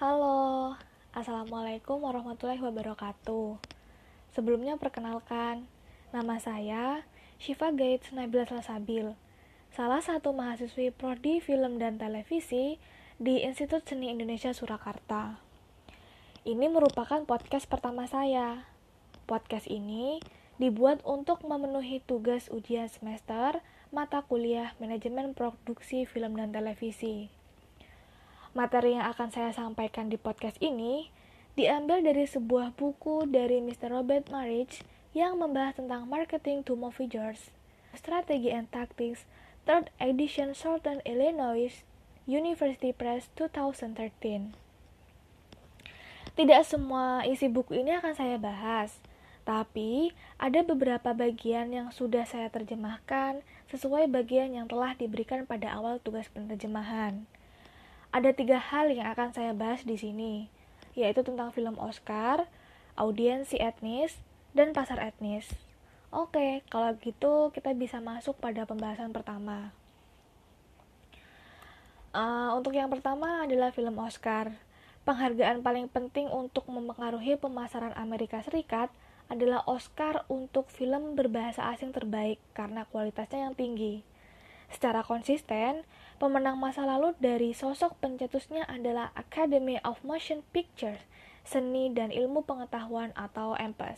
Halo, Assalamualaikum warahmatullahi wabarakatuh. Sebelumnya perkenalkan, nama saya Syifa Gates Nabila Salsabil, salah satu mahasiswi Prodi Film dan Televisi di Institut Seni Indonesia Surakarta. Ini merupakan podcast pertama saya. Podcast ini dibuat untuk memenuhi tugas ujian semester mata kuliah Manajemen Produksi Film dan Televisi. Materi yang akan saya sampaikan di podcast ini diambil dari sebuah buku dari Mr. Robert Marich yang membahas tentang marketing to moviegoers, Strategy and Tactics, 3rd edition Southern Illinois University Press 2013. Tidak semua isi buku ini akan saya bahas, tapi ada beberapa bagian yang sudah saya terjemahkan sesuai bagian yang telah diberikan pada awal tugas penerjemahan. Ada 3 hal yang akan saya bahas di sini, yaitu tentang film Oscar, audiensi etnis, dan pasar etnis. Oke, kalau gitu kita bisa masuk pada pembahasan pertama. Untuk yang pertama adalah film Oscar. Penghargaan paling penting untuk mempengaruhi pemasaran Amerika Serikat adalah Oscar untuk film berbahasa asing terbaik karena kualitasnya yang tinggi. Secara konsisten, pemenang masa lalu dari sosok pencetusnya adalah Academy of Motion Pictures, Seni dan Ilmu Pengetahuan atau AMPAS.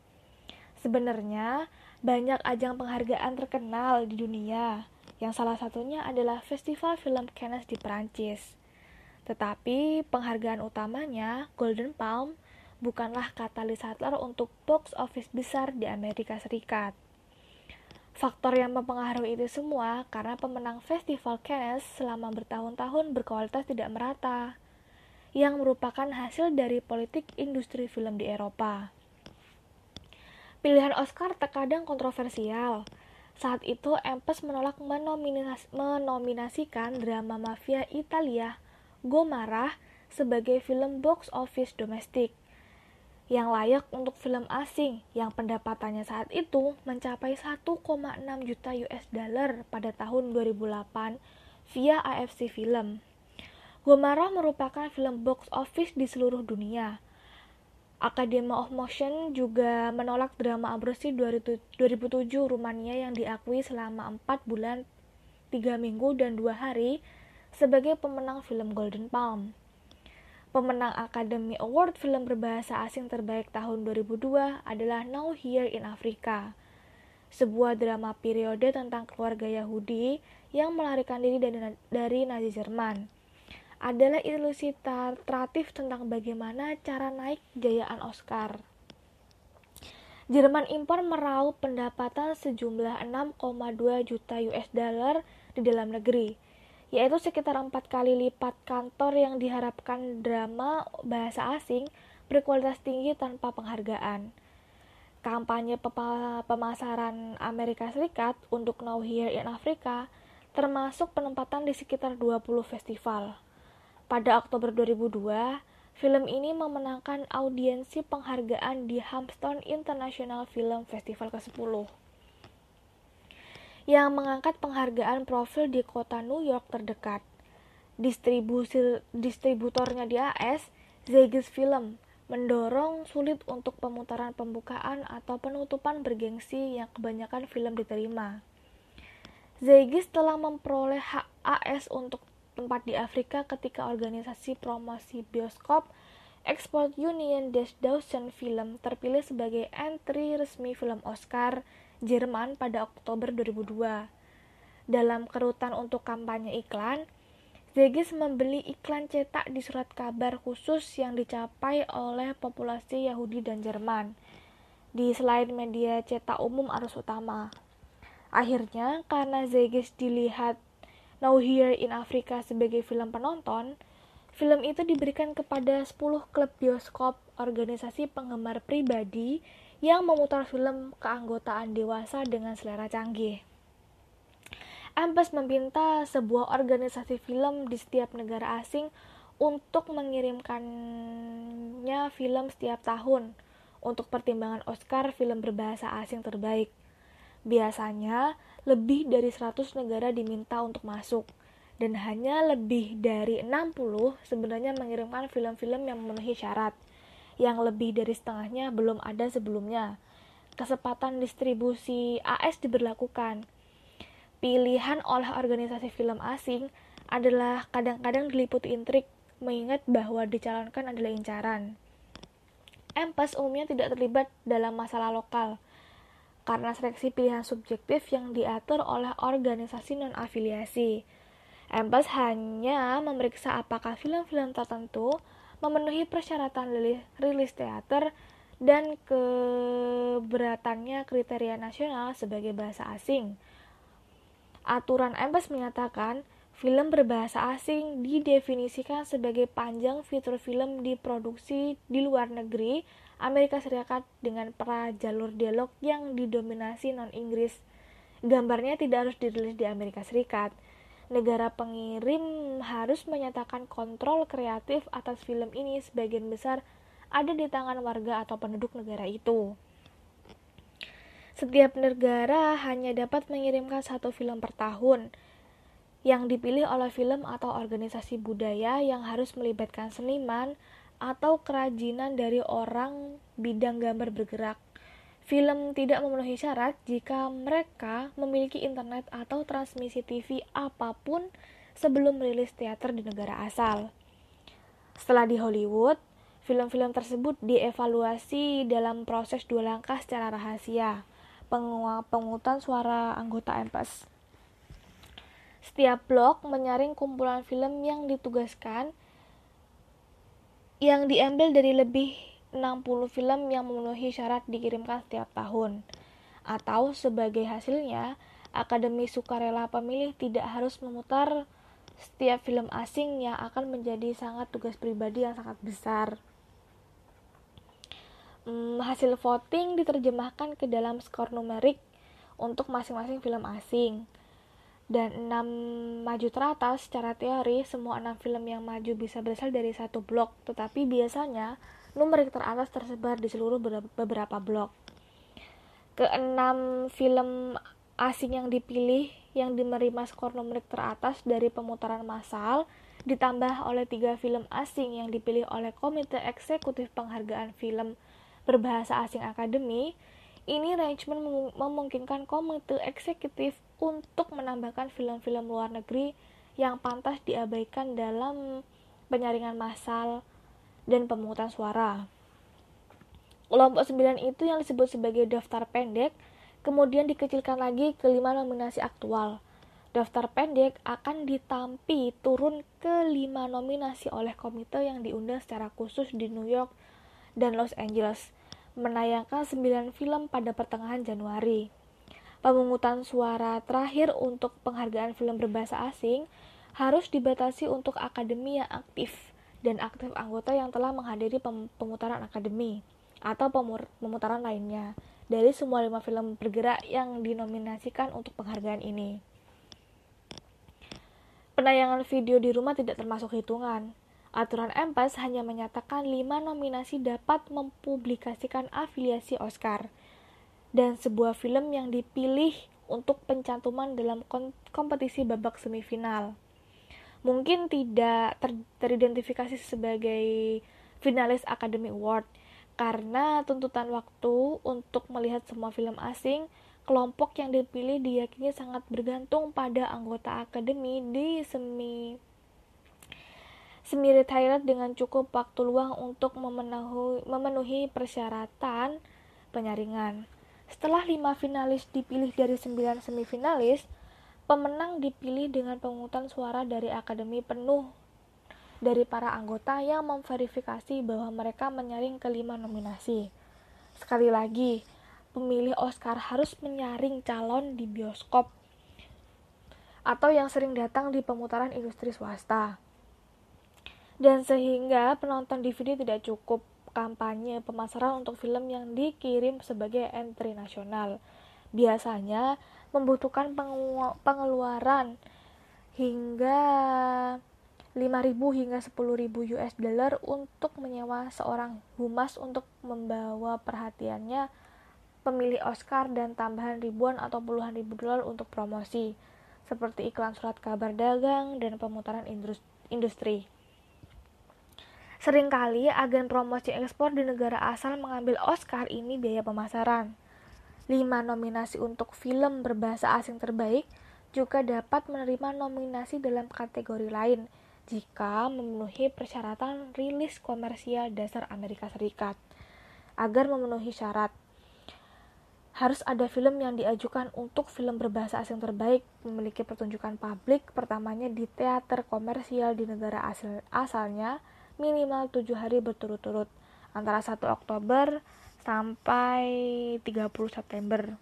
Sebenarnya, banyak ajang penghargaan terkenal di dunia, yang salah satunya adalah Festival Film Cannes di Perancis. Tetapi, penghargaan utamanya, Golden Palm, bukanlah katalisator untuk box office besar di Amerika Serikat. Faktor yang mempengaruhi itu semua karena pemenang Festival Cannes selama bertahun-tahun berkualitas tidak merata, yang merupakan hasil dari politik industri film di Eropa. Pilihan Oscar terkadang kontroversial. Saat itu, AMPAS menolak menominasikan drama mafia Italia Gomorrah sebagai film box office domestik yang layak untuk film asing yang pendapatannya saat itu mencapai 1,6 juta US dollar pada tahun 2008 via AFC Film. Gomorrah merupakan film box office di seluruh dunia. Academy of Motion juga menolak drama aborsi 2007 Rumania yang diakui selama 4 bulan, 3 minggu, dan 2 hari sebagai pemenang film Golden Palm. Pemenang Academy Award film berbahasa asing terbaik tahun 2002 adalah Now Here in Africa, sebuah drama periode tentang keluarga Yahudi yang melarikan diri dari Nazi Jerman. Adalah ilustratif tentang bagaimana cara naik kejayaan Oscar. Jerman impor meraup pendapatan sejumlah 6,2 juta US dollar di dalam negeri, yaitu sekitar 4 kali lipat kantor yang diharapkan drama bahasa asing berkualitas tinggi tanpa penghargaan. Kampanye pemasaran Amerika Serikat untuk Now Here in Africa termasuk penempatan di sekitar 20 festival. Pada Oktober 2002, film ini memenangkan audiensi penghargaan di Hampton International Film Festival ke-10. Yang mengangkat penghargaan profil di kota New York terdekat. Distributornya di AS, Zegers Film, mendorong sulit untuk pemutaran pembukaan atau penutupan bergengsi yang kebanyakan film diterima. Zegers telah memperoleh hak AS untuk tempat di Afrika ketika organisasi promosi bioskop Export Union des Deutschen Film terpilih sebagai entry resmi film Oscar Jerman pada Oktober 2002. Dalam kerutan untuk kampanye iklan, Zegers membeli iklan cetak di surat kabar khusus yang dicapai oleh populasi Yahudi dan Jerman di selain media cetak umum arus utama. Akhirnya, karena Zegers dilihat Now Here in Africa sebagai film penonton, film itu diberikan kepada 10 klub bioskop organisasi penggemar pribadi yang memutar film keanggotaan dewasa dengan selera canggih. AMPAS meminta sebuah organisasi film di setiap negara asing untuk mengirimkannya film setiap tahun untuk pertimbangan Oscar film berbahasa asing terbaik. Biasanya, lebih dari 100 negara diminta untuk masuk. dan hanya lebih dari 60 sebenarnya mengirimkan film-film yang memenuhi syarat. Yang lebih dari setengahnya belum ada sebelumnya. Kesempatan distribusi AS diberlakukan. Pilihan oleh organisasi film asing adalah kadang-kadang diliputi intrik, mengingat bahwa dicalonkan adalah incaran. MPAS umumnya tidak terlibat dalam masalah lokal, karena seleksi pilihan subjektif yang diatur oleh organisasi non-afiliasi. MPAS hanya memeriksa apakah film-film tertentu memenuhi persyaratan rilis teater dan keberatannya kriteria nasional sebagai bahasa asing. Aturan MPAS menyatakan, film berbahasa asing didefinisikan sebagai panjang fitur film diproduksi di luar negeri Amerika Serikat dengan jalur dialog yang didominasi non-Inggris. Gambarnya tidak harus dirilis di Amerika Serikat. Negara pengirim harus menyatakan kontrol kreatif atas film ini sebagian besar ada di tangan warga atau penduduk negara itu. Setiap negara hanya dapat mengirimkan satu film per tahun, yang dipilih oleh film atau organisasi budaya yang harus melibatkan seniman atau kerajinan dari orang bidang gambar bergerak. Film tidak memenuhi syarat jika mereka memiliki internet atau transmisi TV apapun sebelum rilis teater di negara asal. Setelah di Hollywood, film-film tersebut dievaluasi dalam proses 2 langkah secara rahasia, pemungutan suara anggota MPAS. Setiap blok menyaring kumpulan film yang ditugaskan yang diambil dari lebih 60 film yang memenuhi syarat dikirimkan setiap tahun. Atau sebagai hasilnya, Akademi Sukarela Pemilih tidak harus memutar setiap film asing yang akan menjadi sangat tugas pribadi yang sangat besar. Hasil voting diterjemahkan ke dalam skor numerik untuk masing-masing film asing. Dan 6 maju teratas, secara teori semua 6 film yang maju bisa berasal dari satu blok, tetapi biasanya numerik teratas tersebar di seluruh beberapa blok. Ke-6 film asing yang dipilih yang menerima skor numerik teratas dari pemutaran massal ditambah oleh 3 film asing yang dipilih oleh Komite Eksekutif Penghargaan Film Berbahasa Asing Akademi. Ini arrangement memungkinkan komite eksekutif untuk menambahkan film-film luar negeri yang pantas diabaikan dalam penyaringan massal dan pemungutan suara. Kelompok 9 itu yang disebut sebagai daftar pendek, kemudian dikecilkan lagi ke 5 nominasi aktual. Daftar pendek akan ditampi turun ke 5 nominasi oleh komite yang diundang secara khusus di New York dan Los Angeles, menayangkan 9 film pada pertengahan Januari. Pemungutan suara terakhir untuk penghargaan film berbahasa asing harus dibatasi untuk akademi yang aktif dan aktif anggota yang telah menghadiri pemutaran akademi atau pemutaran lainnya dari semua 5 film bergerak yang dinominasikan untuk penghargaan ini. Penayangan video di rumah tidak termasuk hitungan. Aturan MPAS hanya menyatakan 5 nominasi dapat mempublikasikan afiliasi Oscar dan sebuah film yang dipilih untuk pencantuman dalam kompetisi babak semifinal. Mungkin tidak teridentifikasi sebagai finalis Academy Award karena tuntutan waktu untuk melihat semua film asing. Kelompok yang dipilih diyakini sangat bergantung pada anggota akademi di semi-retired dengan cukup waktu luang untuk memenuhi persyaratan penyaringan. Setelah 5 finalis dipilih dari 9 semifinalis, pemenang dipilih dengan pemungutan suara dari akademi penuh dari para anggota yang memverifikasi bahwa mereka menyaring ke 5 nominasi. Sekali lagi, pemilih Oscar harus menyaring calon di bioskop atau yang sering datang di pemutaran industri swasta. Dan sehingga penonton DVD tidak cukup kampanye pemasaran untuk film yang dikirim sebagai entry nasional. Biasanya membutuhkan pengeluaran hingga 5.000 hingga 10.000 US dollar untuk menyewa seorang humas untuk membawa perhatiannya pemilih Oscar dan tambahan ribuan atau puluhan ribu dolar untuk promosi. seperti iklan surat kabar dagang dan pemutaran industri. Seringkali agen promosi ekspor di negara asal mengambil Oscar ini biaya pemasaran. 5 nominasi untuk film berbahasa asing terbaik juga dapat menerima nominasi dalam kategori lain jika memenuhi persyaratan rilis komersial dasar Amerika Serikat. Agar memenuhi syarat, harus ada film yang diajukan untuk film berbahasa asing terbaik memiliki pertunjukan publik pertamanya di teater komersial di negara asalnya minimal 7 hari berturut-turut antara 1 Oktober sampai 30 September.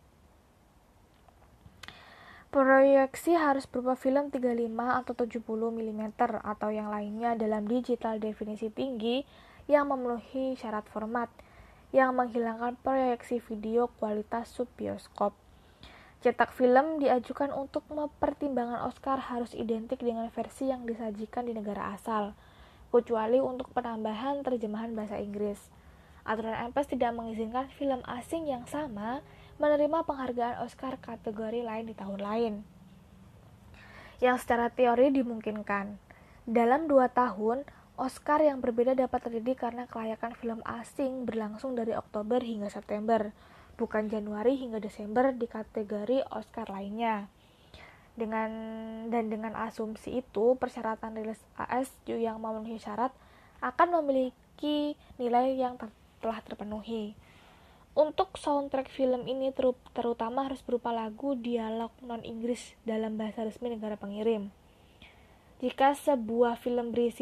Proyeksi harus berupa film 35 atau 70 mm atau yang lainnya dalam digital definisi tinggi yang memenuhi syarat format, yang menghilangkan proyeksi video kualitas subbioskop. Cetak film diajukan untuk pertimbangan Oscar harus identik dengan versi yang disajikan di negara asal, kecuali untuk penambahan terjemahan bahasa Inggris. Aturan MPES tidak mengizinkan film asing yang sama menerima penghargaan Oscar kategori lain di tahun lain. Yang secara teori dimungkinkan. Dalam 2 tahun, Oscar yang berbeda dapat terjadi karena kelayakan film asing berlangsung dari Oktober hingga September, bukan Januari hingga Desember di kategori Oscar lainnya. Dengan asumsi itu, persyaratan rilis AS yang memenuhi syarat akan memiliki nilai yang telah terpenuhi. Untuk soundtrack film ini terutama harus berupa lagu dialog non-Inggris dalam bahasa resmi negara pengirim. Jika sebuah film berisi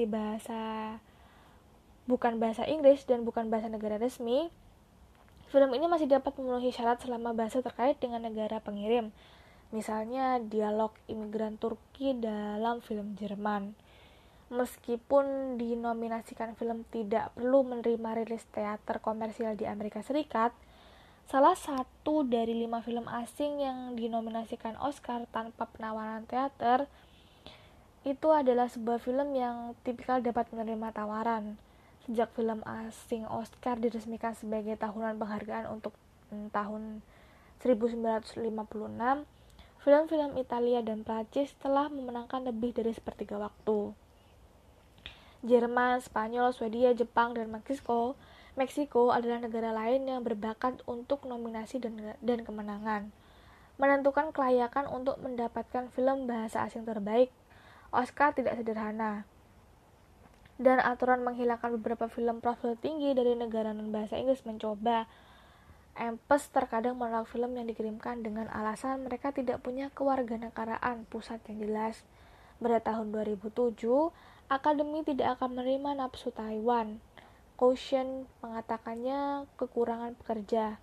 bukan bahasa Inggris dan bukan bahasa negara resmi, film ini masih dapat memenuhi syarat selama bahasa terkait dengan negara pengirim. Misalnya dialog imigran Turki dalam film Jerman. Meskipun dinominasikan film tidak perlu menerima rilis teater komersial di Amerika Serikat, salah satu dari 5 film asing yang dinominasikan Oscar tanpa penawaran teater itu adalah sebuah film yang tipikal dapat menerima tawaran. Sejak film asing Oscar diresmikan sebagai tahunan penghargaan untuk tahun 1956, film-film Italia dan Prancis telah memenangkan lebih dari sepertiga waktu. Jerman, Spanyol, Swedia, Jepang, dan Meksiko adalah negara lain yang berbakat untuk nominasi dan kemenangan. Menentukan kelayakan untuk mendapatkan film bahasa asing terbaik Oscar tidak sederhana. Dan aturan menghilangkan beberapa film profil tinggi dari negara non-bahasa Inggris mencoba. MPES terkadang menolak film yang dikirimkan dengan alasan mereka tidak punya kewarganegaraan pusat yang jelas. Pada tahun 2007, Akademi tidak akan menerima nafsu Taiwan. Caution mengatakannya kekurangan pekerja.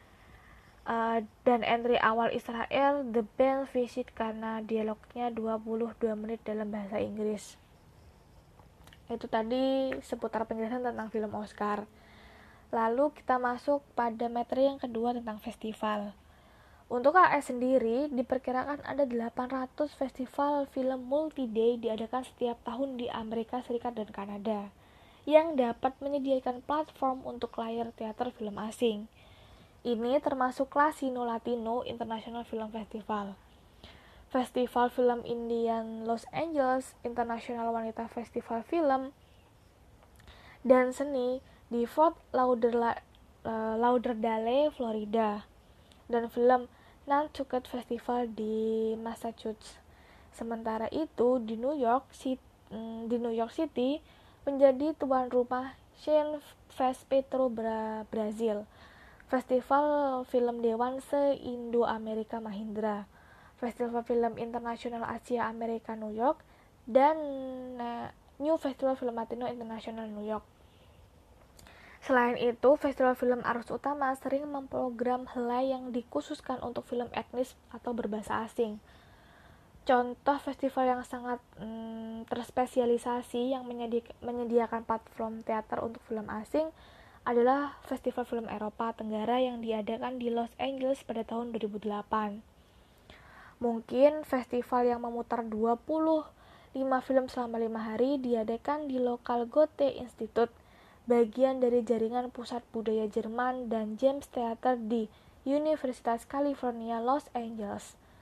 Dan entry awal Israel, The Band Visit karena dialognya 22 menit dalam bahasa Inggris. Itu tadi seputar penjelasan tentang film Oscar. Lalu kita masuk pada materi yang kedua tentang festival. Untuk AS sendiri, diperkirakan ada 800 festival film multi-day diadakan setiap tahun di Amerika Serikat dan Kanada, yang dapat menyediakan platform untuk layar teater film asing. Ini termasuk Latino International Film Festival, Festival Film Indian Los Angeles, International Wanita Festival Film dan Seni di Fort Lauderdale, Florida, dan film Nantucket Festival di Massachusetts. Sementara itu di New York City menjadi tuan rumah Cine Fest Petro Brazil, Festival Film Dewan se-Indo-Amerika Mahindra, Festival Film Internasional Asia Amerika New York, dan New Festival Film Latino International New York. Selain itu, festival film arus utama sering memprogram helai yang dikhususkan untuk film etnis atau berbahasa asing. Contoh festival yang sangat terspesialisasi yang menyediakan platform teater untuk film asing adalah Festival Film Eropa Tenggara yang diadakan di Los Angeles pada tahun 2008. Mungkin festival yang memutar 25 film selama 5 hari diadakan di Local Goethe Institute, bagian dari jaringan Pusat Budaya Jerman dan James Theater di Universitas California, Los Angeles.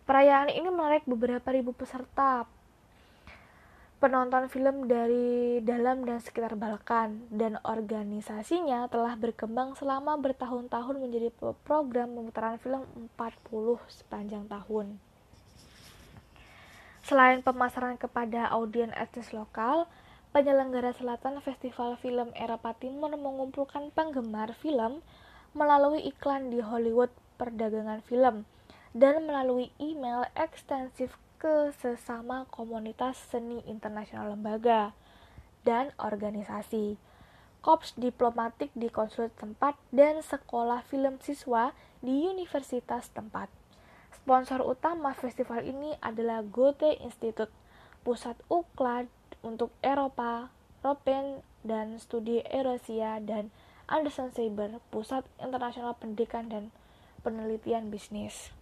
Perayaan ini menarik beberapa ribu peserta penonton film dari dalam dan sekitar Balkan, dan organisasinya telah berkembang selama bertahun-tahun menjadi program pemutaran film 40 sepanjang tahun. Selain pemasaran kepada audiens etnis lokal, penyelenggara Selatan Festival Film Eropa Timur mengumpulkan penggemar film melalui iklan di Hollywood, perdagangan film, dan melalui email ekstensif ke sesama komunitas seni internasional lembaga dan organisasi, korps diplomatik di konsulat tempat, dan sekolah film siswa di universitas tempat. Sponsor utama festival ini adalah Goethe Institut, pusat UKLA untuk Eropa, European dan Studi Eurasia, dan Anderson Saber, pusat internasional pendidikan dan penelitian bisnis.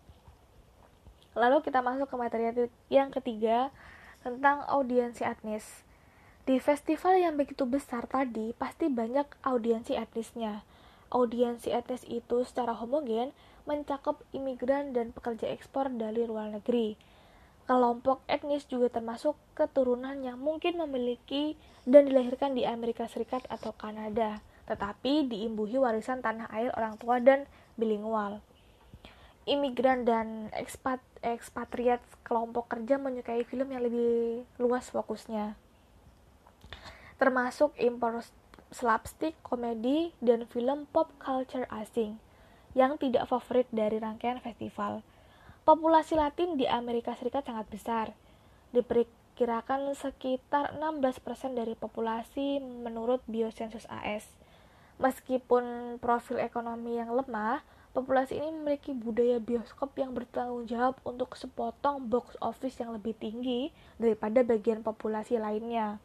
Lalu kita masuk ke materi yang ketiga tentang audiensi etnis. Di festival yang begitu besar tadi, pasti banyak audiensi etnisnya. Audiensi etnis itu secara homogen mencakup imigran dan pekerja ekspor dari luar negeri. Kelompok etnis juga termasuk keturunan yang mungkin memiliki dan dilahirkan di Amerika Serikat atau Kanada, tetapi diimbuhi warisan tanah air orang tua dan bilingual. Imigran dan ekspatriat kelompok kerja menyukai film yang lebih luas fokusnya, termasuk impor slapstick, komedi, dan film pop culture asing yang tidak favorit dari rangkaian festival. Populasi Latin di Amerika Serikat sangat besar, diperkirakan sekitar 16% dari populasi menurut Biosensus AS. Meskipun profil ekonomi yang lemah, populasi ini memiliki budaya bioskop yang bertanggung jawab untuk sepotong box office yang lebih tinggi daripada bagian populasi lainnya.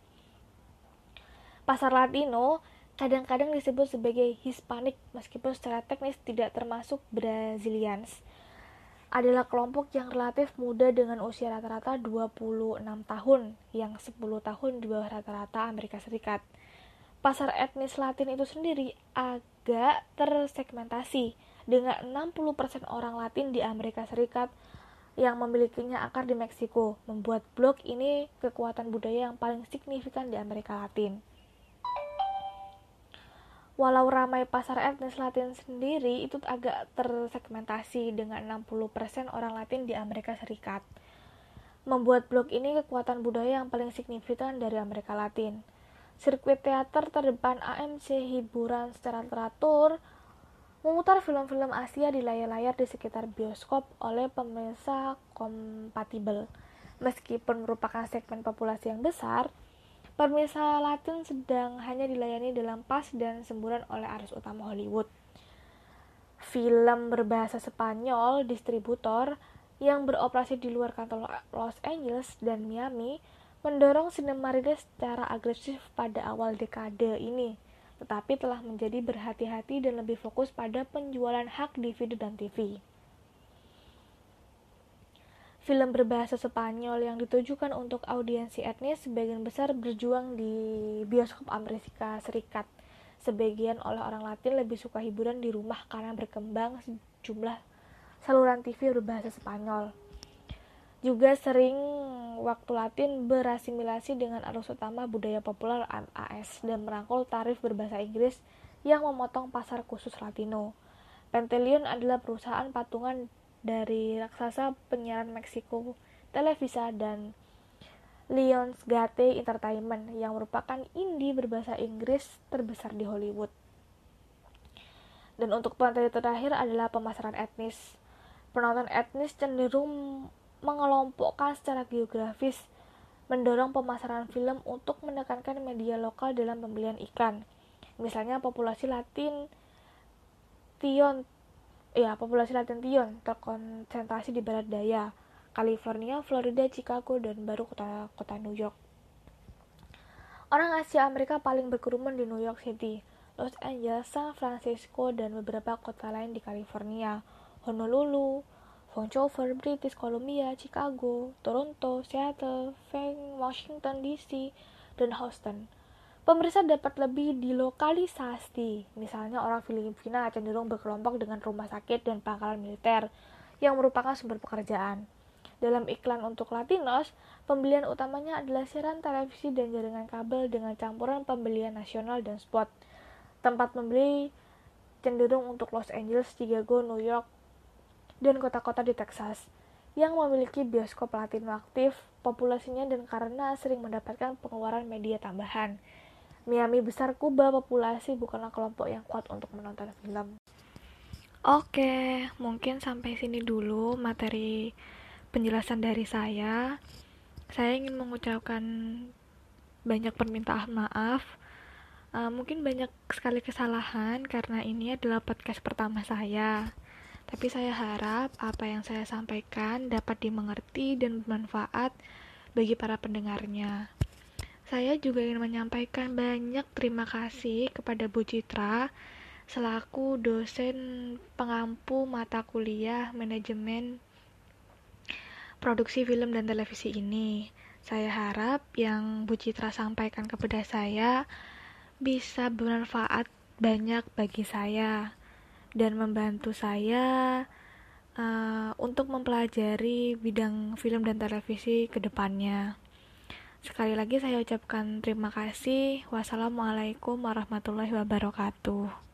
Pasar Latino kadang-kadang disebut sebagai Hispanic meskipun secara teknis tidak termasuk Brazilians. Adalah kelompok yang relatif muda dengan usia rata-rata 26 tahun, yang 10 tahun di bawah rata-rata Amerika Serikat. Pasar etnis Latin itu sendiri agak tersegmentasi, dengan 60% orang Latin di Amerika Serikat yang memilikinya akar di Meksiko, membuat blok ini kekuatan budaya yang paling signifikan di Amerika Latin. Walau ramai pasar etnis Latin sendiri, itu agak tersegmentasi dengan 60% orang Latin di Amerika Serikat. Membuat blok ini kekuatan budaya yang paling signifikan dari Amerika Latin. Sirkuit teater terdepan AMC hiburan secara teratur memutar film-film Asia di layar-layar di sekitar bioskop oleh pemirsa kompatibel. Meskipun merupakan segmen populasi yang besar, pemirsa Latin sedang hanya dilayani dalam pas dan semburan oleh arus utama Hollywood. Film berbahasa Spanyol distributor yang beroperasi di luar kantor Los Angeles dan Miami mendorong sinema rilis secara agresif pada awal dekade ini, tetapi telah menjadi berhati-hati dan lebih fokus pada penjualan hak DVD dan TV. Film berbahasa Spanyol yang ditujukan untuk audiensi etnis sebagian besar berjuang di bioskop Amerika Serikat. Sebagian oleh orang Latin lebih suka hiburan di rumah karena berkembang sejumlah saluran TV berbahasa Spanyol. Juga sering waktu Latin berasimilasi dengan arus utama budaya populer AS dan merangkul tarif berbahasa Inggris yang memotong pasar khusus Latino. Pantelion adalah perusahaan patungan dari raksasa penyiaran Meksiko, Televisa, dan Lionsgate Entertainment yang merupakan indie berbahasa Inggris terbesar di Hollywood. Dan untuk materi terakhir adalah pemasaran etnis. Penonton etnis cenderung mengelompokkan secara geografis, mendorong pemasaran film untuk menekankan media lokal dalam pembelian iklan. Misalnya populasi Latin Tion terkonsentrasi di barat daya, California, Florida, Chicago, dan baru kota New York. Orang Asia Amerika paling berkerumun di New York City, Los Angeles, San Francisco, dan beberapa kota lain di California, Honolulu, Vancouver, British Columbia, Chicago, Toronto, Seattle, Washington DC, dan Houston. Pemirsa dapat lebih dilokalisasi, misalnya orang Filipina cenderung berkelompok dengan rumah sakit dan pangkalan militer yang merupakan sumber pekerjaan. Dalam iklan untuk Latinos, pembelian utamanya adalah siaran televisi dan jaringan kabel dengan campuran pembelian nasional dan spot. Tempat membeli cenderung untuk Los Angeles, Chicago, New York, dan kota-kota di Texas yang memiliki bioskop Latino aktif populasinya dan karena sering mendapatkan pengeluaran media tambahan. Miami besar Kuba populasi bukanlah kelompok yang kuat untuk menonton film. Oke, mungkin sampai sini dulu materi penjelasan dari saya. Saya ingin mengucapkan banyak permintaan maaf. Mungkin banyak sekali kesalahan karena ini adalah podcast pertama saya. Tapi saya harap apa yang saya sampaikan dapat dimengerti dan bermanfaat bagi para pendengarnya. Saya juga ingin menyampaikan banyak terima kasih kepada Bu Citra selaku dosen pengampu mata kuliah manajemen produksi film dan televisi ini. Saya harap yang Bu Citra sampaikan kepada saya bisa bermanfaat banyak bagi saya dan membantu saya untuk mempelajari bidang film dan televisi ke depannya. Sekali lagi saya ucapkan terima kasih. Wassalamualaikum warahmatullahi wabarakatuh.